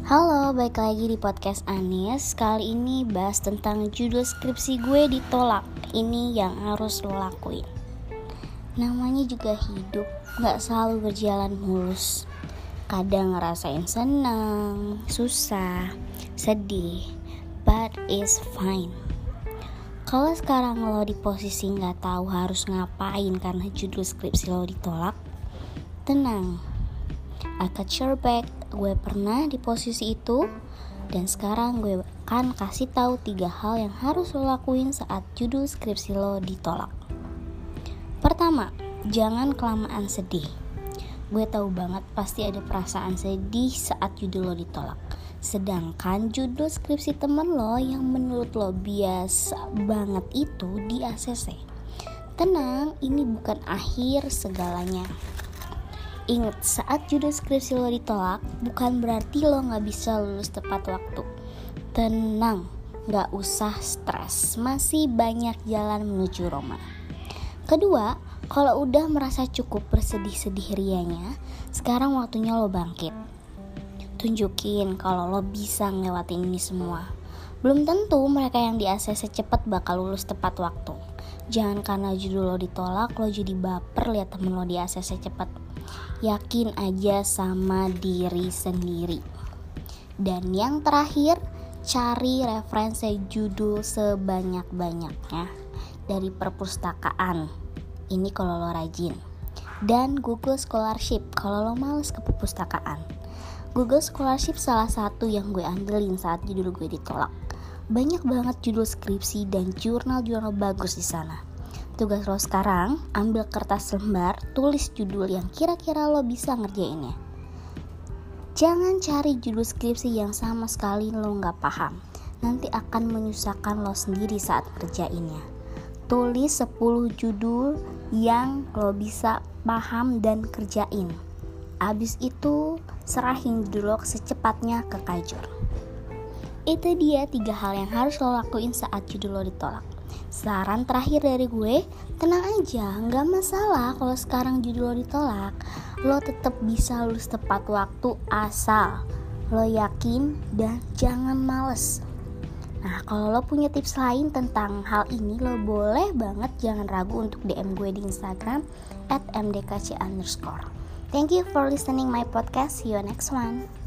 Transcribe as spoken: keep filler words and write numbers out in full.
Halo, balik lagi di podcast Anis. Kali ini bahas tentang judul skripsi gue ditolak. Ini yang harus lo lakuin. Namanya juga hidup, gak selalu berjalan mulus. Kadang ngerasain senang, susah, sedih, but it's fine. Kalau sekarang lo di posisi gak tahu harus ngapain karena judul skripsi lo ditolak, tenang, I got your back. Gue pernah di posisi itu, dan sekarang gue akan kasih tahu tiga hal yang harus lo lakuin saat judul skripsi lo ditolak. Pertama, jangan kelamaan sedih. Gue tahu banget pasti ada perasaan sedih saat judul lo ditolak. Sedangkan judul skripsi temen lo yang menurut lo biasa banget itu di A C C. Tenang, ini bukan akhir segalanya. Ingat, saat judul skripsi lo ditolak, bukan berarti lo gak bisa lulus tepat waktu. Tenang, gak usah stres, masih banyak jalan menuju Roma. Kedua, kalau udah merasa cukup bersedih-sedih rianya, sekarang waktunya lo bangkit. Tunjukin kalau lo bisa ngelewatin ini semua. Belum tentu mereka yang di A C C cepat bakal lulus tepat waktu. Jangan karena judul lo ditolak, lo jadi baper lihat temen lo di A C C cepat. Yakin aja sama diri sendiri. Dan yang terakhir, cari referensi judul sebanyak-banyaknya dari perpustakaan. Ini kalau lo rajin. Dan Google Scholarship kalau lo males ke perpustakaan. Google Scholarship salah satu yang gue andelin saat judul gue ditolak. Banyak banget judul skripsi dan jurnal-jurnal bagus di sana. Tugas lo sekarang, ambil kertas lembar, tulis judul yang kira-kira lo bisa ngerjainnya. Jangan cari judul skripsi yang sama sekali lo gak paham. Nanti akan menyusahkan lo sendiri saat ngerjainnya. Tulis sepuluh judul yang lo bisa paham dan kerjain. Abis itu, serahin judul lo secepatnya ke Kajur. Itu dia tiga hal yang harus lo lakuin saat judul lo ditolak. Saran terakhir dari gue, tenang aja, gak masalah kalau sekarang judul lo ditolak. Lo tetap bisa lulus tepat waktu asal lo yakin dan jangan males. Nah, kalau lo punya tips lain tentang hal ini, lo boleh banget, jangan ragu untuk D M gue di Instagram at m d k c underscore. Thank you for listening my podcast. See you next one.